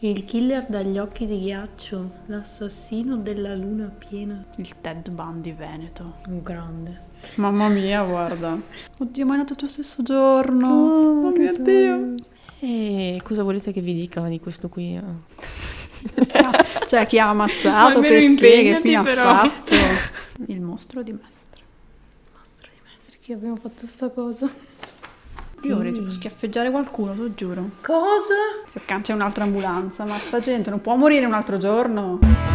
Il killer dagli occhi di ghiaccio, l'assassino della luna piena. Il Ted Bundy veneto. Un grande. Mamma mia, guarda. Oddio, ma è nato il tuo stesso giorno. Oh mio Dio. E cosa volete che vi dica di questo qui? Cioè, chi ha ammazzato, almeno perché, che impegnati, fine però. ha fatto? Il mostro di Mestre. Perché abbiamo fatto sta cosa? Io vorrei tipo schiaffeggiare qualcuno, te lo giuro. Cosa? Si c'è un'altra ambulanza, ma sta gente non può morire un altro giorno.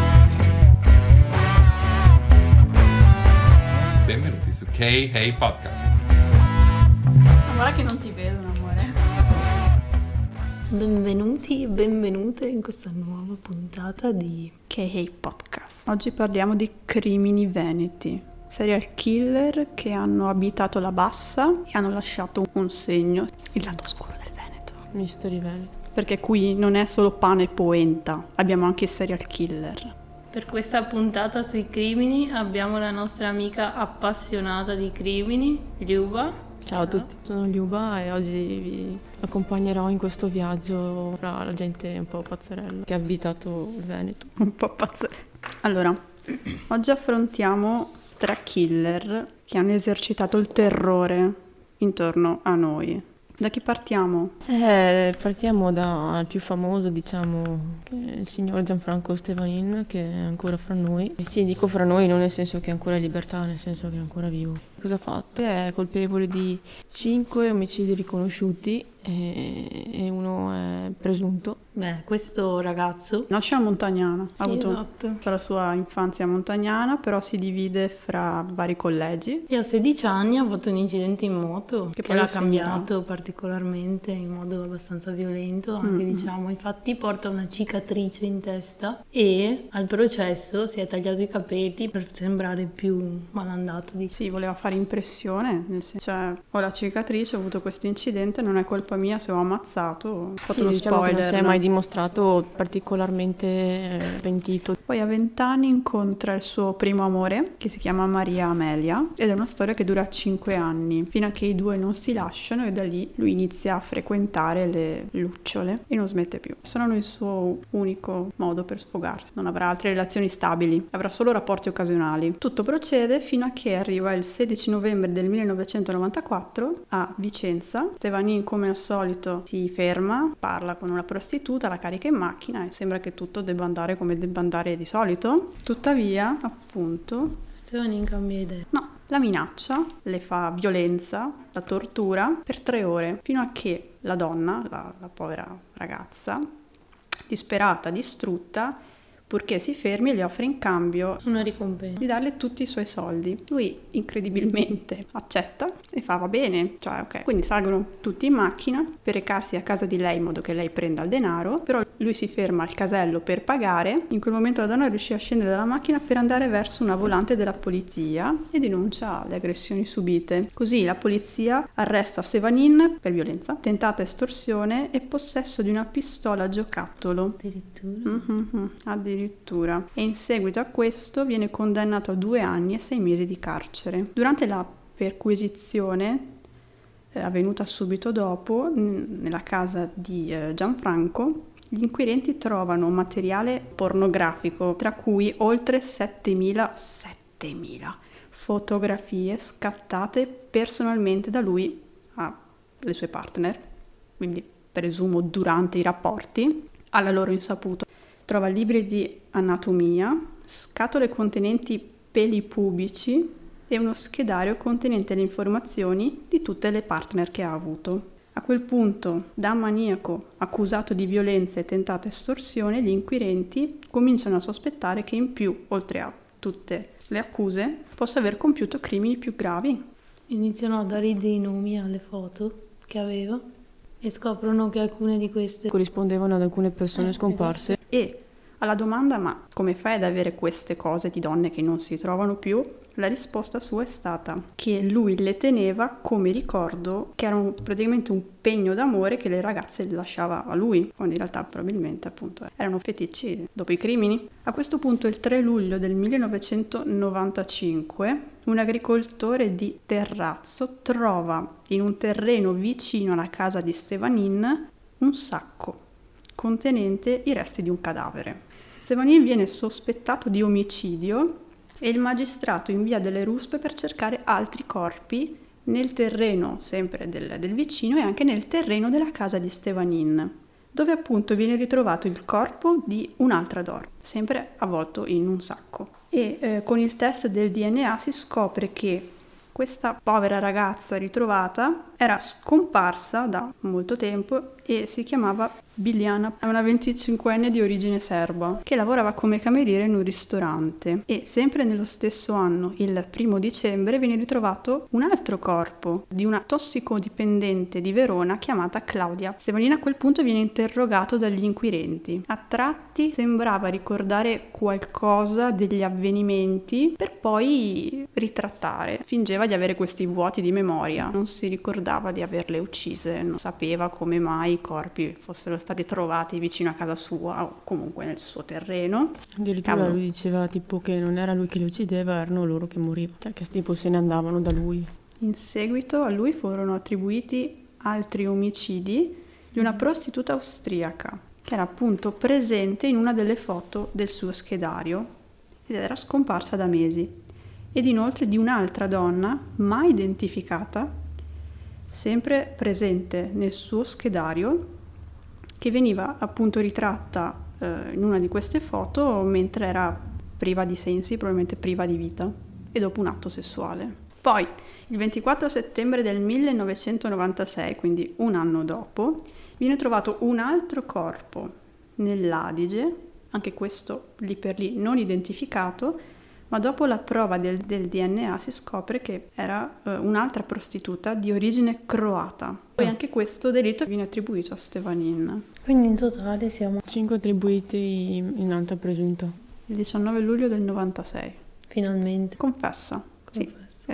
Benvenuti su K-Hey Podcast. Ma guarda che non ti vedono, amore. Benvenuti e benvenute in questa nuova puntata di K-Hey Podcast. Oggi parliamo di crimini veneti. Serial killer che hanno abitato la Bassa e hanno lasciato un segno, il lato oscuro del Veneto. Misteri veri. Perché qui non è solo pane e polenta, abbiamo anche i serial killer. Per questa puntata sui crimini abbiamo la nostra amica appassionata di crimini, Liuba. Ciao a tutti, sono Liuba e oggi vi accompagnerò in questo viaggio fra la gente un po' pazzerella che ha abitato il Veneto. Un po' pazzesco. Allora, oggi affrontiamo 3 killer che hanno esercitato il terrore intorno a noi. Da chi partiamo? Partiamo dal più famoso, diciamo, che è il signor Gianfranco Stevanin, che è ancora fra noi. E sì, dico fra noi non nel senso che è ancora in libertà, nel senso che è ancora vivo. Cosa ha fatto? È colpevole di 5 omicidi riconosciuti e uno è presunto. Beh, questo ragazzo Nasce a Montagnana, ha avuto esatto. la sua infanzia montagnana, però si divide fra vari collegi. E a 16 anni ha fatto un incidente in moto che poi l'ha lo segna. cambiato particolarmente in modo abbastanza violento, anche diciamo, infatti porta una cicatrice in testa e al processo si è tagliato i capelli per sembrare più malandato, diciamo. Sì, voleva fare impressione, nel senso, cioè, ho la cicatrice, ho avuto questo incidente, non è colpa mia se ho ammazzato, ho fatto Sì, uno diciamo che non spoiler. si è mai dimostrato particolarmente pentito. Poi a 20 anni incontra il suo primo amore, che si chiama Maria Amelia, ed è una storia che dura 5 anni, fino a che i due non si lasciano e da lì lui inizia a frequentare le lucciole e non smette più. Saranno il suo unico modo per sfogarsi, non avrà altre relazioni stabili, avrà solo rapporti occasionali. Tutto procede fino a che arriva il 16 novembre del 1994 a Vicenza. Stevanin, come al solito, si ferma, parla con una prostituta, la carica in macchina e sembra che tutto debba andare come debba andare di solito. Tuttavia, appunto, Stevanin cambia idea. no, la minaccia, le fa violenza, la tortura per 3 ore, fino a che la donna, la povera ragazza, disperata, distrutta, purché si fermi, le offre in cambio Una ricompensa. di darle tutti i suoi soldi. Lui incredibilmente accetta e fa va bene, cioè ok. Quindi salgono tutti in macchina per recarsi a casa di lei in modo che lei prenda il denaro, però lui si ferma al casello per pagare. In quel momento la donna riuscì a scendere dalla macchina per andare verso una volante della polizia e denuncia le aggressioni subite. Così la polizia arresta Stevanin per violenza, tentata estorsione e possesso di una pistola giocattolo. Addirittura. Addirittura. E in seguito a questo viene condannato a 2 anni e 6 mesi di carcere. Durante la perquisizione avvenuta subito dopo, nella casa di Gianfranco, gli inquirenti trovano materiale pornografico, tra cui oltre 7.000 fotografie scattate personalmente da lui alle sue partner, quindi presumo durante i rapporti, alla loro insaputa. Trova libri di anatomia, scatole contenenti peli pubici e uno schedario contenente le informazioni di tutte le partner che ha avuto. A quel punto, da maniaco accusato di violenza e tentata estorsione, gli inquirenti cominciano a sospettare che in più, oltre a tutte le accuse, possa aver compiuto crimini più gravi. Iniziano a dare dei nomi alle foto che aveva e scoprono che alcune di queste Corrispondevano ad alcune persone scomparse. E alla domanda ma come fai ad avere queste cose di donne che non si trovano più? La risposta sua è stata che lui le teneva come ricordo, che erano praticamente un pegno d'amore che le ragazze le lasciava a lui, quando in realtà probabilmente appunto erano feticci dopo i crimini. A questo punto il 3 luglio del 1995 un agricoltore di Terrazzo trova in un terreno vicino alla casa di Stevanin un sacco contenente i resti di un cadavere. Stevanin viene sospettato di omicidio e il magistrato invia delle ruspe per cercare altri corpi nel terreno sempre del vicino e anche nel terreno della casa di Stevanin, dove appunto viene ritrovato il corpo di un'altra donna, sempre avvolto in un sacco. E con il test del DNA si scopre che questa povera ragazza ritrovata era scomparsa da molto tempo e si chiamava Biljana, è una 25enne di origine serba che lavorava come cameriera in un ristorante. E sempre nello stesso anno, il 1 dicembre, viene ritrovato un altro corpo di una tossicodipendente di Verona chiamata Claudia. Stevanin a quel punto viene interrogato dagli inquirenti. A tratti sembrava ricordare qualcosa degli avvenimenti per poi ritrattare. Fingeva di avere questi vuoti di memoria, non si ricordava di averle uccise, non sapeva come mai i corpi fossero stati trovati vicino a casa sua o comunque nel suo terreno. Addirittura lui diceva tipo che non era lui che li uccideva, erano loro che morivano, cioè che tipo se ne andavano da lui. In seguito a lui furono attribuiti altri omicidi di una prostituta austriaca che era appunto presente in una delle foto del suo schedario ed era scomparsa da mesi, ed inoltre di un'altra donna mai identificata, sempre presente nel suo schedario, che veniva appunto ritratta in una di queste foto mentre era priva di sensi, probabilmente priva di vita, e dopo un atto sessuale. Poi, il 24 settembre del 1996, quindi un anno dopo, viene trovato un altro corpo nell'Adige, anche questo lì per lì non identificato, ma dopo la prova del DNA si scopre che era un'altra prostituta di origine croata. Poi anche questo delitto viene attribuito a Stevanin. Quindi in totale siamo 5 attribuiti in altra presunta. Il 19 luglio del 96. finalmente. Confessa. Sì,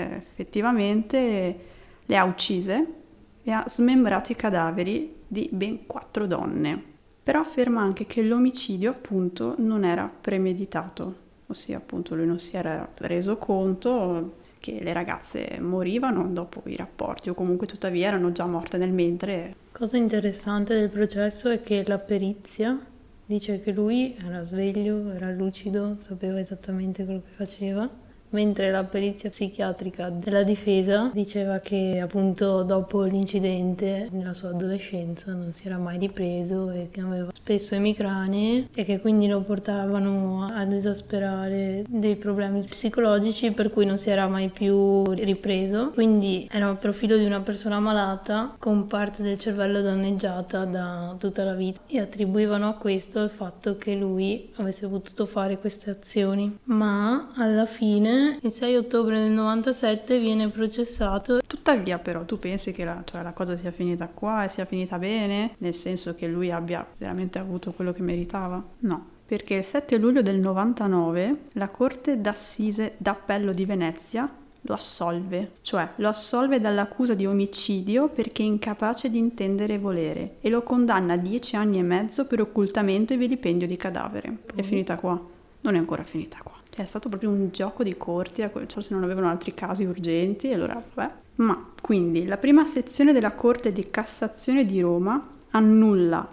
effettivamente le ha uccise e ha smembrato i cadaveri di ben 4 donne. Però afferma anche che l'omicidio appunto non era premeditato. Ossia appunto lui non si era reso conto che le ragazze morivano dopo i rapporti o comunque tuttavia erano già morte nel mentre. Cosa interessante del processo è che la perizia dice che lui era sveglio, era lucido, sapeva esattamente quello che faceva, mentre la perizia psichiatrica della difesa diceva che appunto dopo l'incidente nella sua adolescenza non si era mai ripreso e che aveva spesso emicranie e che quindi lo portavano ad esasperare dei problemi psicologici per cui non si era mai più ripreso. Quindi era il profilo di una persona malata con parte del cervello danneggiata da tutta la vita e attribuivano a questo il fatto che lui avesse potuto fare queste azioni. Ma alla fine il 6 ottobre del 97 viene processato. Tuttavia però tu pensi che la cosa sia finita qua e sia finita bene? Nel senso che lui abbia veramente avuto quello che meritava? No, perché il 7 luglio del 99 la Corte d'Assise d'Appello di Venezia lo assolve, cioè lo assolve dall'accusa di omicidio perché incapace di intendere e volere e lo condanna a 10 anni e mezzo per occultamento e vilipendio di cadavere. È finita qua? Non è ancora finita qua. È stato proprio un gioco di corti, forse non avevano altri casi urgenti, e allora vabbè. Ma quindi la prima sezione della Corte di Cassazione di Roma annulla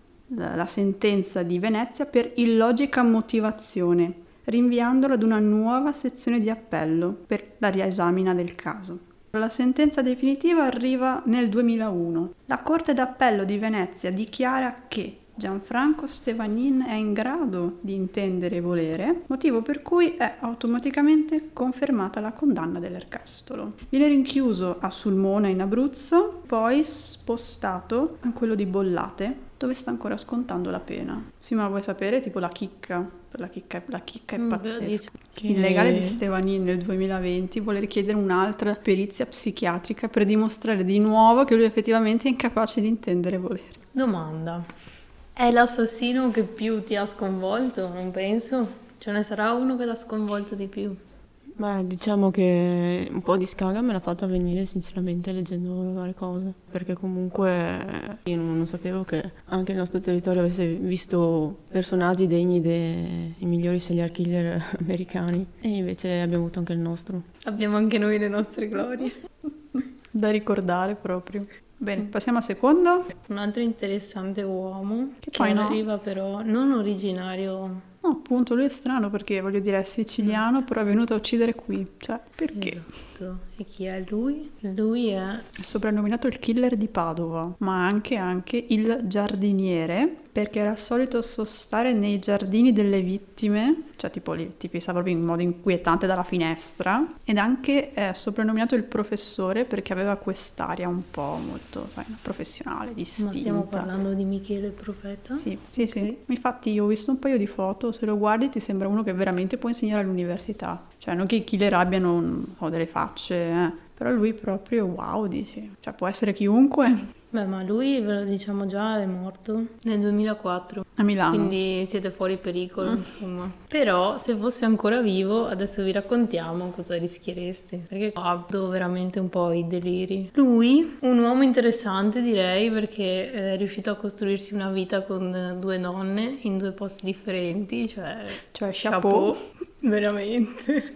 la sentenza di Venezia per illogica motivazione, rinviandola ad una nuova sezione di appello per la riesamina del caso. La sentenza definitiva arriva nel 2001. La Corte d'Appello di Venezia dichiara che Gianfranco Stevanin è in grado di intendere e volere, motivo per cui è automaticamente confermata la condanna dell'ergastolo. Viene rinchiuso a Sulmona in Abruzzo, poi spostato a quello di Bollate, dove sta ancora scontando la pena. Sì, ma vuoi sapere tipo la chicca? La chicca è pazzesca. Il legale di Stevanin nel 2020 vuole richiedere un'altra perizia psichiatrica per dimostrare di nuovo che lui effettivamente è incapace di intendere e volere. Domanda: è l'assassino che più ti ha sconvolto? Non penso. Ce ne sarà uno che l'ha sconvolto di più. Ma diciamo che un po' di scaga me l'ha fatta venire sinceramente leggendo varie cose, perché comunque io non sapevo che anche il nostro territorio avesse visto personaggi degni dei migliori serial killer americani, e invece abbiamo avuto anche il nostro. Abbiamo anche noi le nostre glorie. Da ricordare proprio. Bene, passiamo al secondo. Un altro interessante uomo Che che poi no. arriva però non originario. No, appunto, lui è strano perché, voglio dire, è siciliano, però è venuto a uccidere qui. Cioè, perché? Esatto. E chi è lui? Lui è È soprannominato il killer di Padova, ma anche il giardiniere, perché era solito sostare nei giardini delle vittime, cioè tipo li fissava proprio in modo inquietante dalla finestra, ed anche è soprannominato il professore perché aveva quest'aria un po' molto, sai, professionale, Ma distinta. stiamo parlando di Michele Profeta? Sì. Infatti io ho visto un paio di foto, se lo guardi ti sembra uno che veramente può insegnare all'università. Cioè non che i killer abbiano delle facce, però lui proprio wow, dici. Cioè può essere chiunque. Beh, ma lui, ve lo diciamo già, è morto nel 2004. A Milano. Quindi siete fuori pericolo, insomma. Però se fosse ancora vivo, adesso vi raccontiamo cosa rischiereste. Perché qua abdo veramente un po' i deliri. Lui, un uomo interessante direi, perché è riuscito a costruirsi una vita con 2 donne in 2 posti differenti. Cioè chapeau. Veramente.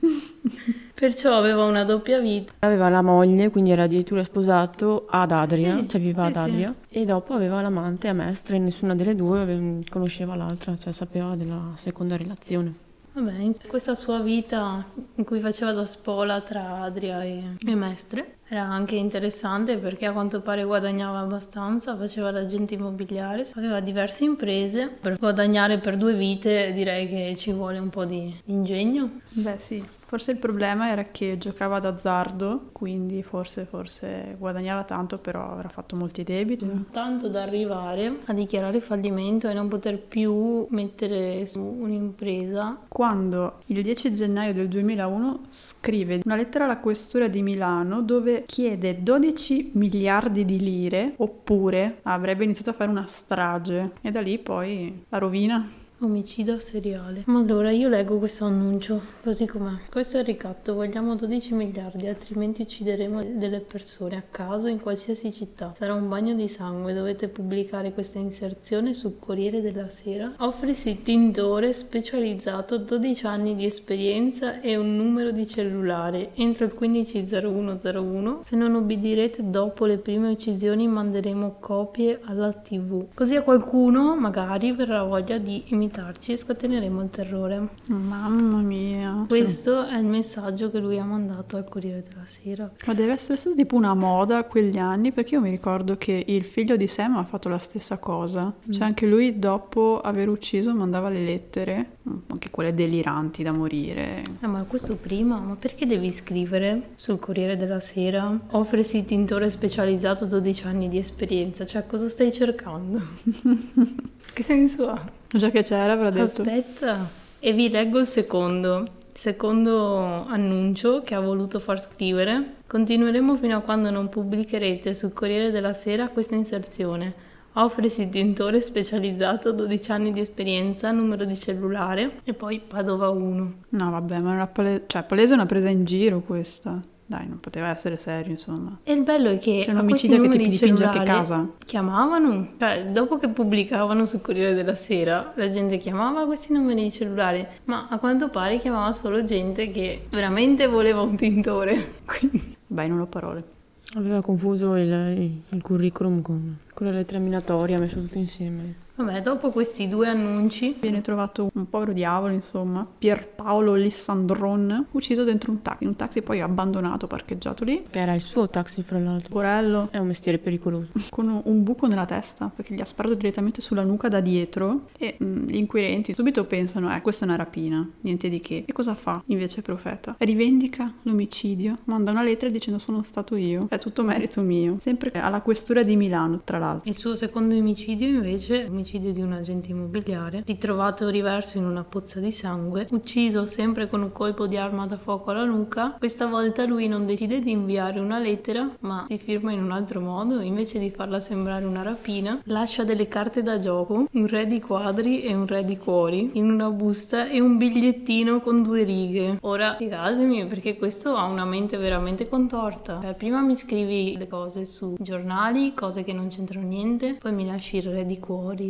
Perciò aveva una doppia vita. Aveva la moglie, quindi era addirittura sposato ad Adria, Sì, cioè viveva sì, ad Adria, e dopo aveva l'amante a Mestre e nessuna delle due conosceva l'altra, cioè sapeva della seconda relazione. Vabbè, in questa sua vita in cui faceva da spola tra Adria e Mestre era anche interessante perché a quanto pare guadagnava abbastanza, faceva l'agente immobiliare, aveva diverse imprese. Per guadagnare per 2 vite direi che ci vuole un po' di ingegno. Beh sì, forse il problema era che giocava d'azzardo, quindi forse guadagnava tanto, però avrà fatto molti debiti. Tanto da arrivare a dichiarare fallimento e non poter più mettere su un'impresa. Quando il 10 gennaio del 2001 scrive una lettera alla questura di Milano dove chiede 12 miliardi di lire oppure avrebbe iniziato a fare una strage e da lì poi la rovina. Omicida seriale. Ma allora io leggo questo annuncio così com'è. Questo è il ricatto. Vogliamo 12 miliardi, altrimenti uccideremo delle persone a caso in qualsiasi città. Sarà un bagno di sangue. Dovete pubblicare questa inserzione sul Corriere della Sera. Offrisi tintore specializzato, 12 anni di esperienza e un numero di cellulare. Entro il 150101. Se non ubbidirete dopo le prime uccisioni manderemo copie alla TV. Così a qualcuno magari verrà voglia di imitarci e scateneremo il terrore. Mamma mia. Questo è il messaggio che lui ha mandato al Corriere della Sera. Ma deve essere stata tipo una moda quegli anni, perché io mi ricordo che il figlio di Sam ha fatto la stessa cosa. Cioè anche lui dopo aver ucciso mandava le lettere, anche quelle deliranti da morire. Ma questo prima? Ma perché devi scrivere sul Corriere della Sera? Offresi tintore specializzato, 12 anni di esperienza. Cioè cosa stai cercando? Che senso ha? Già che c'era avrà detto. Aspetta, e vi leggo il secondo annuncio che ha voluto far scrivere. Continueremo fino a quando non pubblicherete sul Corriere della Sera questa inserzione. Offrisi tintore specializzato, 12 anni di esperienza, numero di cellulare e poi Padova 1. No vabbè, ma era palese è una presa in giro questa. Dai, non poteva essere serio, insomma. E il bello è che c'è un a questi omicidio che ti numeri dipinge anche cellulari casa. chiamavano, cioè dopo che pubblicavano sul Corriere della Sera la gente chiamava questi numeri di cellulare, ma a quanto pare chiamava solo gente che veramente voleva un tintore. Quindi Beh, non ho parole. Aveva confuso il curriculum con le lettere minatorie, ha messo tutto insieme. vabbè, dopo questi 2 annunci Viene trovato un povero diavolo, insomma, Pierpaolo Lissandron, ucciso dentro un taxi poi abbandonato, parcheggiato lì. Che era il suo taxi, fra l'altro. Porello, È un mestiere pericoloso. con un buco nella testa, perché gli ha sparato direttamente sulla nuca da dietro e gli inquirenti subito pensano, questa è una rapina, niente di che. E cosa fa invece Profeta? Rivendica l'omicidio, manda una lettera dicendo sono stato io, è tutto merito mio. Sempre alla questura di Milano, tra l'altro. il suo secondo omicidio invece, omicidio di un agente immobiliare, ritrovato riverso in una pozza di sangue, ucciso sempre con un colpo di arma da fuoco alla nuca. Questa volta lui non decide di inviare una lettera, ma si firma in un altro modo. Invece di farla sembrare una rapina, lascia delle carte da gioco, un re di quadri e un re di cuori, in una busta e un bigliettino con 2 righe. Ora, spiegatemi, perché questo ha una mente veramente contorta. Prima mi scrivi le cose su giornali, cose che non c'entrano niente, poi mi lasci il re di cuori,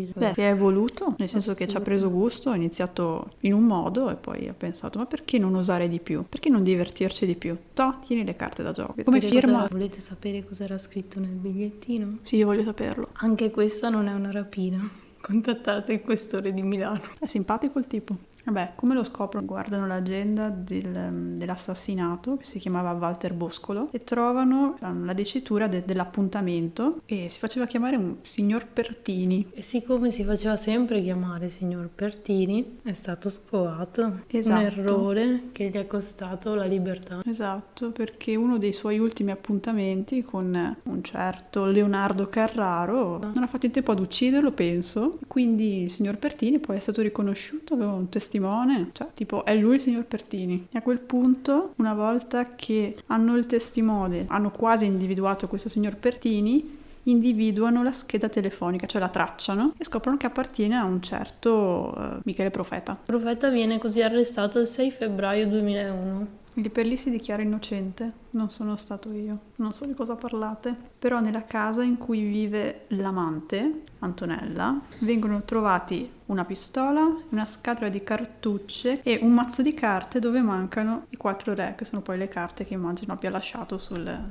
dire. Beh, si è evoluto, nel senso che ci ha Assurdo. preso gusto, ha iniziato in un modo e poi ha pensato, ma perché non osare di più? Perché non divertirci di più? Tieni le carte da gioco. Come firma? Volete sapere cosa era scritto nel bigliettino? Sì, io voglio saperlo. Anche questa non è una rapina. Contattate il questore di Milano. È simpatico il tipo. Vabbè, come lo scoprono? Guardano l'agenda dell'assassinato, che si chiamava Walter Boscolo, e trovano la dicitura dell'appuntamento e si faceva chiamare un signor Pertini. E siccome si faceva sempre chiamare signor Pertini, è stato scovato. Esatto. Un errore che gli è costato la libertà. Esatto, perché uno dei suoi ultimi appuntamenti con un certo Leonardo Carraro non ha fatto in tempo ad ucciderlo, penso. Quindi il signor Pertini poi è stato riconosciuto, aveva un testimone, cioè tipo è lui il signor Pertini. E a quel punto, una volta che hanno il testimone, hanno quasi individuato questo signor Pertini, individuano la scheda telefonica, cioè la tracciano e scoprono che appartiene a un certo Michele Profeta. Profeta viene così arrestato il 6 febbraio 2001. Lì per lì si dichiara innocente, non sono stato io, non so di cosa parlate, però nella casa in cui vive l'amante, Antonella, vengono trovati una pistola, una scatola di cartucce e un mazzo di carte dove mancano i 4 re, che sono poi le carte che immagino abbia lasciato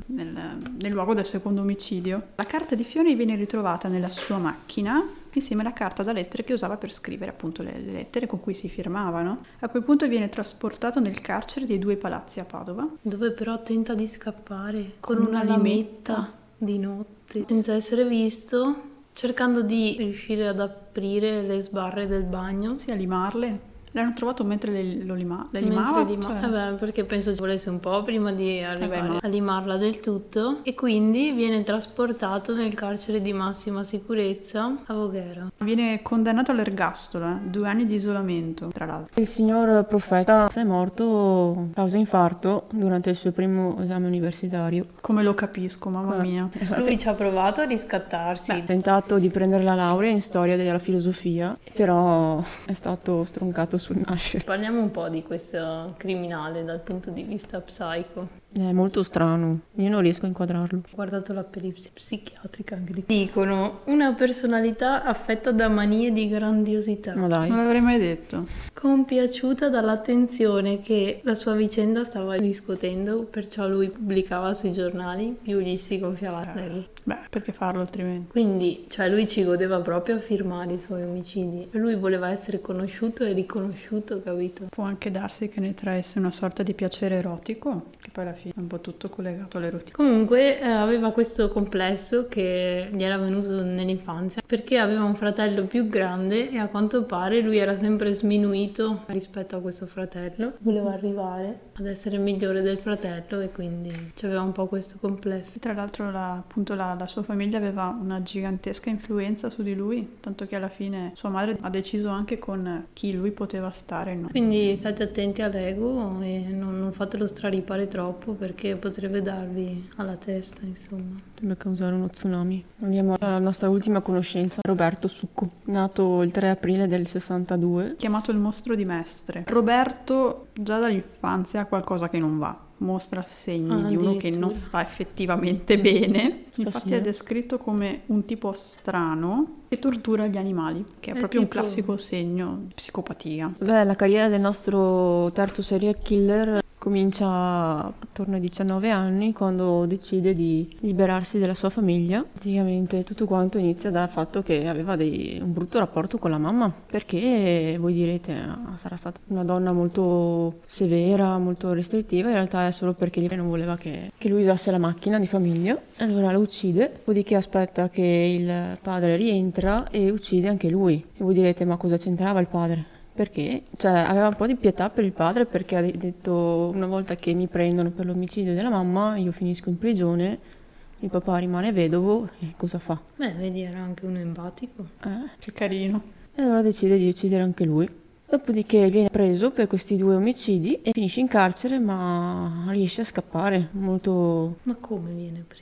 nel luogo del secondo omicidio. La carta di Fiori viene ritrovata nella sua macchina insieme alla carta da lettere che usava per scrivere appunto le lettere con cui si firmavano. A quel punto viene trasportato nel carcere dei 2 palazzi a Padova. Dove però tenta di scappare con Con una una limetta. lametta di notte, senza essere visto, cercando di riuscire ad aprire le sbarre del bagno. Sì, a limarle. L'hanno trovato mentre le limava. Cioè... perché penso ci volesse un po' prima di arrivare ma- a limarla del tutto, e quindi viene trasportato nel carcere di massima sicurezza a Voghera. Viene condannato all'ergastolo, 2 anni di isolamento, tra l'altro. Il signor Profeta è morto a causa infarto durante il suo primo esame universitario. Come lo capisco, mamma mia. Lui ci ha provato a riscattarsi. Ha tentato di prendere la laurea in storia della filosofia, però è stato stroncato sul nascere. Parliamo un po' di questo criminale dal punto di vista psico. È molto strano, io non riesco a inquadrarlo. Ho guardato la peripsi psichiatrica anche di... Dicono una personalità affetta da manie di grandiosità, Ma dai. Non l'avrei mai detto. compiaciuta dall'attenzione che la sua vicenda stava riscuotendo, perciò lui pubblicava sui giornali, più gli si gonfiava la testa. Beh, perché farlo altrimenti? Quindi, cioè, lui ci godeva proprio a firmare i suoi omicidi. Lui voleva essere conosciuto e riconosciuto, capito? Può anche darsi che ne traesse una sorta di piacere erotico, che poi alla fine è un po' tutto collegato all'erotico. Comunque aveva questo complesso che gli era venuto nell'infanzia perché aveva un fratello più grande e a quanto pare lui era sempre sminuito rispetto a questo fratello. Voleva arrivare ad essere migliore del fratello e quindi c'aveva un po' questo complesso. Tra l'altro la sua famiglia aveva una gigantesca influenza su di lui, tanto che alla fine sua madre ha deciso anche con chi lui poteva stare. No? Quindi state attenti all'ego e non fatelo straripare troppo perché potrebbe darvi alla testa, insomma. Potrebbe causare uno tsunami. Andiamo alla nostra ultima conoscenza, Roberto Succo, nato il 3 aprile del 62. Chiamato il mostro di Mestre. Roberto già dall'infanzia ha qualcosa che non va. Mostra segni di uno che non sta effettivamente bene. Infatti è descritto come un tipo strano che tortura gli animali, che è proprio un classico segno di psicopatia. Beh, la carriera del nostro terzo serial killer comincia attorno ai 19 anni quando decide di liberarsi della sua famiglia. Praticamente tutto quanto inizia dal fatto che aveva un brutto rapporto con la mamma, perché voi direte sarà stata una donna molto severa, molto restrittiva, in realtà è solo perché lei non voleva che lui usasse la macchina di famiglia, allora lo uccide, dopodiché aspetta che il padre rientra e uccide anche lui. E voi direte ma cosa c'entrava il padre? Perché? Cioè, aveva un po' di pietà per il padre perché ha detto una volta che mi prendono per l'omicidio della mamma, io finisco in prigione, il papà rimane vedovo e cosa fa? Beh, vedi, era anche uno empatico. Che carino. E allora decide di uccidere anche lui. Dopodiché viene preso per questi 2 omicidi e finisce in carcere ma riesce a scappare molto... Ma come viene preso?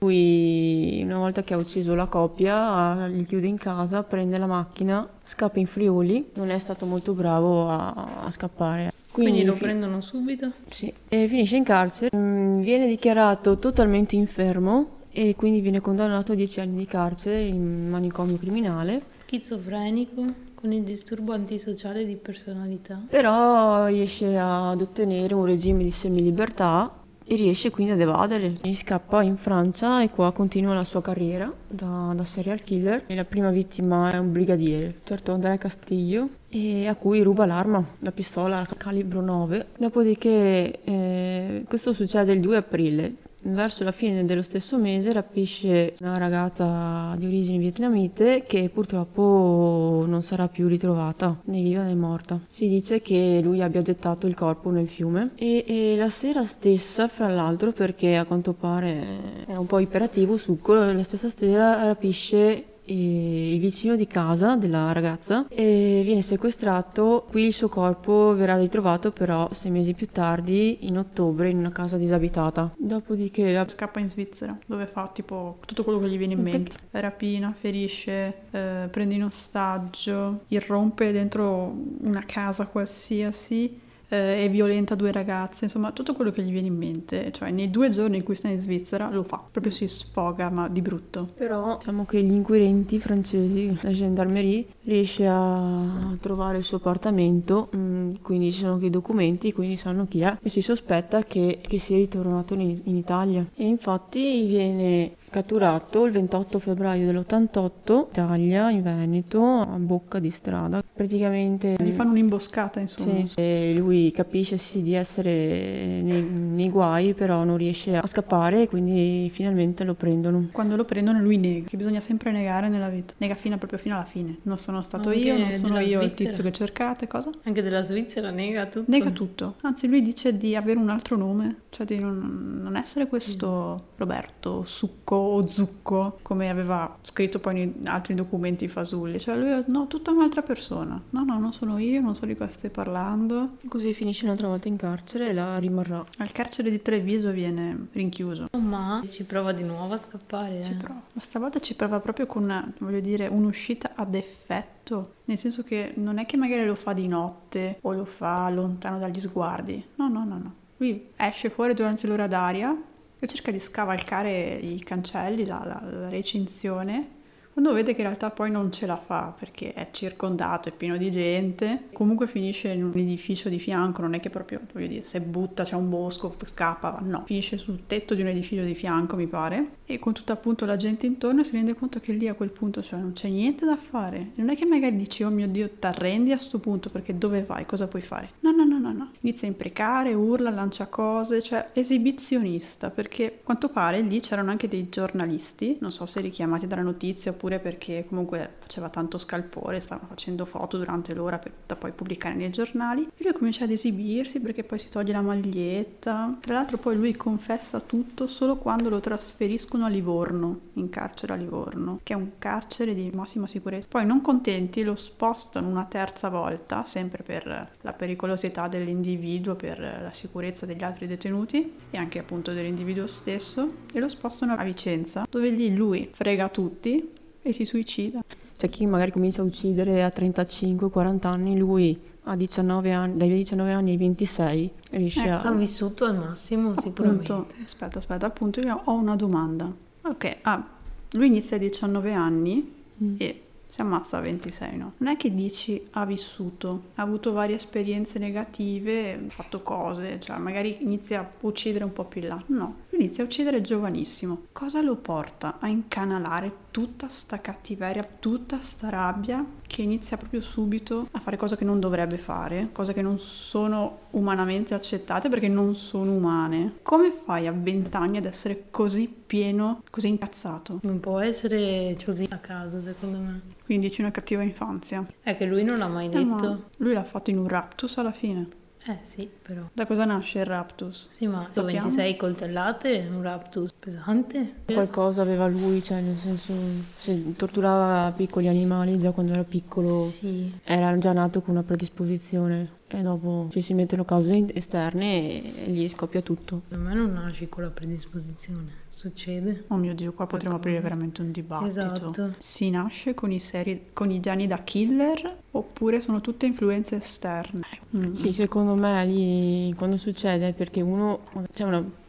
Lui, una volta che ha ucciso la coppia, li chiude in casa, prende la macchina, scappa in Friuli, non è stato molto bravo a scappare. Quindi lo prendono subito? Sì, e finisce in carcere, viene dichiarato totalmente infermo e quindi viene condannato a 10 anni di carcere in manicomio criminale. Schizofrenico con il disturbo antisociale di personalità. Però riesce ad ottenere un regime di semilibertà e riesce quindi ad evadere. E scappa in Francia e qua continua la sua carriera da serial killer. E la prima vittima è un brigadiere, certo André Castillo, e a cui ruba l'arma, la pistola calibro 9. Dopodiché questo succede il 2 aprile. Verso la fine dello stesso mese rapisce una ragazza di origini vietnamite che purtroppo non sarà più ritrovata, né viva né morta. Si dice che lui abbia gettato il corpo nel fiume e la sera stessa, fra l'altro, perché a quanto pare era un po' iperattivo, Succo, la stessa sera rapisce il vicino di casa della ragazza e viene sequestrato. Qui il suo corpo verrà ritrovato però 6 mesi più tardi, in ottobre, in una casa disabitata. Dopodiché Scappa in Svizzera, dove fa tipo tutto quello che gli viene in mente. Rapina, ferisce, prende in ostaggio, irrompe dentro una casa qualsiasi e violenta 2 ragazze, insomma tutto quello che gli viene in mente. Cioè nei 2 giorni in cui sta in Svizzera lo fa, proprio si sfoga, ma di brutto. Però diciamo che gli inquirenti francesi, la gendarmerie, riesce a trovare il suo appartamento, quindi ci sono anche i documenti, quindi sanno chi è e si sospetta che sia ritornato in Italia. E infatti viene catturato il 28 febbraio dell'88 in Italia, in Veneto, a Bocca di Strada. Praticamente Gli fanno un'imboscata, insomma. sì, e lui capisce sì di essere nei guai, però non riesce a scappare e quindi finalmente lo prendono. Quando lo prendono lui nega, che bisogna sempre negare nella vita. Nega proprio fino alla fine. Non sono stato Anche io, non sono della io il Svizzera. tizio che cercate, cosa? Anche della Svizzera nega tutto. Nega tutto. Anzi, lui dice di avere un altro nome, cioè di non essere questo Roberto Succo o Zucco, come aveva scritto poi in altri documenti fasulli. Cioè lui, no, tutta un'altra persona. No, non sono io, non so di cosa stai parlando. Così finisce un'altra volta in carcere e la rimarrà. Al carcere di Treviso viene rinchiuso. Ma ci prova di nuovo a scappare. Ci prova. Ma stavolta ci prova proprio con, voglio dire, un'uscita ad effetto. Nel senso che non è che magari lo fa di notte o lo fa lontano dagli sguardi. No. Lui esce fuori durante l'ora d'aria e cerca di scavalcare i cancelli, la recinzione, quando vede che in realtà poi non ce la fa perché è circondato, è pieno di gente. Comunque finisce in un edificio di fianco, non è che proprio, voglio dire, se butta, c'è un bosco, scappa, no. Finisce sul tetto di un edificio di fianco, mi pare, e con tutta appunto la gente intorno si rende conto che lì a quel punto cioè non c'è niente da fare. Non è che magari dici, oh mio Dio, t'arrendi a sto punto perché dove vai, cosa puoi fare? No. Inizia a imprecare, urla, lancia cose, cioè esibizionista, perché a quanto pare lì c'erano anche dei giornalisti, non so se richiamati dalla notizia oppure perché comunque faceva tanto scalpore, stava facendo foto durante l'ora da poi pubblicare nei giornali, e lui comincia ad esibirsi perché poi si toglie la maglietta. Tra l'altro poi lui confessa tutto solo quando lo trasferiscono a Livorno, in carcere a Livorno, che è un carcere di massima sicurezza. Poi non contenti lo spostano una terza volta, sempre per la pericolosità dell'individuo, per la sicurezza degli altri detenuti e anche appunto dell'individuo stesso, e lo spostano a Vicenza, dove lì lui frega tutti e si suicida. C'è chi magari comincia a uccidere a 35-40 anni, lui a 19 anni, dai 19 anni ai 26 riesce Ha vissuto al massimo sicuramente. Appunto, aspetta, appunto io ho una domanda. Ok, lui inizia a 19 anni e si ammazza a 26, no? Non è che dici ha vissuto, ha avuto varie esperienze negative, ha fatto cose, cioè magari inizia a uccidere un po' più in là. No, lui inizia a uccidere giovanissimo. Cosa lo porta a incanalare tutta sta cattiveria, tutta sta rabbia, che inizia proprio subito a fare cose che non dovrebbe fare, cose che non sono umanamente accettate perché non sono umane? Come fai a 20 anni ad essere così pieno, così incazzato? Non può essere così a caso, secondo me. Quindi dici una cattiva infanzia. È che lui non l'ha mai Ma detto. lui l'ha fatto in un raptus alla fine. Sì, però. Da cosa nasce il raptus? Sì, ma Sappiamo? 26 coltellate, un raptus pesante. Qualcosa aveva lui, cioè nel senso se torturava piccoli animali già quando era piccolo, Sì. era già nato con una predisposizione e dopo ci si mettono cause esterne e gli scoppia tutto. Secondo me non nasci con la predisposizione, succede. Oh mio Dio, qua potremmo aprire veramente un dibattito. Esatto. Si nasce con i geni da killer oppure sono tutte influenze esterne? Sì, secondo me lì quando succede è perché uno c'è una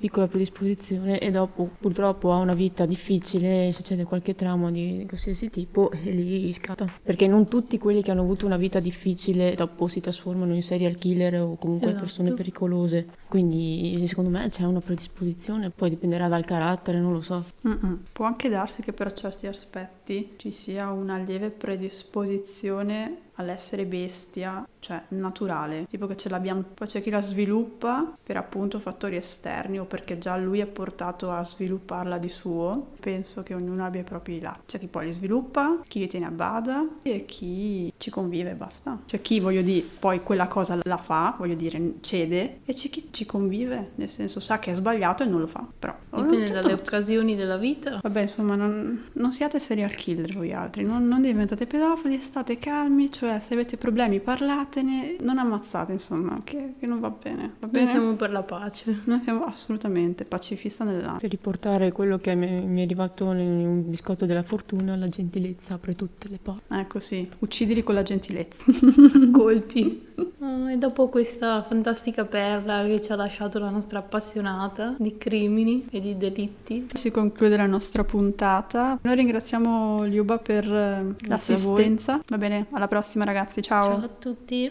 piccola predisposizione e dopo purtroppo ha una vita difficile, succede qualche trauma di qualsiasi tipo e lì scatta. Perché non tutti quelli che hanno avuto una vita difficile dopo si trasformano in serial killer o comunque persone pericolose. Quindi secondo me c'è una predisposizione, poi dipenderà dal carattere, non lo so. Può anche darsi che per certi aspetti ci sia una lieve predisposizione all'essere bestia, cioè naturale, tipo che ce l'abbiamo, poi c'è chi la sviluppa per appunto fattori esterni o perché già lui è portato a svilupparla di suo. Penso che ognuno abbia i propri lati, c'è chi poi li sviluppa, chi li tiene a bada e chi ci convive e basta. C'è chi, voglio dire, poi quella cosa la fa, voglio dire, cede, e c'è chi ci convive, nel senso sa che è sbagliato e non lo fa, però dipende dalle occasioni della vita. Vabbè, insomma, non siate serial killer voi altri, non diventate pedofili, state calmi, cioè se avete problemi parlatene, non ammazzate, insomma, che non va bene. Va bene? Noi siamo per la pace. Noi siamo assolutamente pacifista nell'anima. Per riportare quello che mi è arrivato in un biscotto della fortuna, la gentilezza apre tutte le porte. Ecco sì, uccidili con la gentilezza. Colpi. E dopo questa fantastica perla che ci ha lasciato la nostra appassionata di crimini e di delitti, Si conclude la nostra puntata. Noi ringraziamo Liuba per l'assistenza. Va bene, alla prossima ragazzi, ciao. ciao a tutti.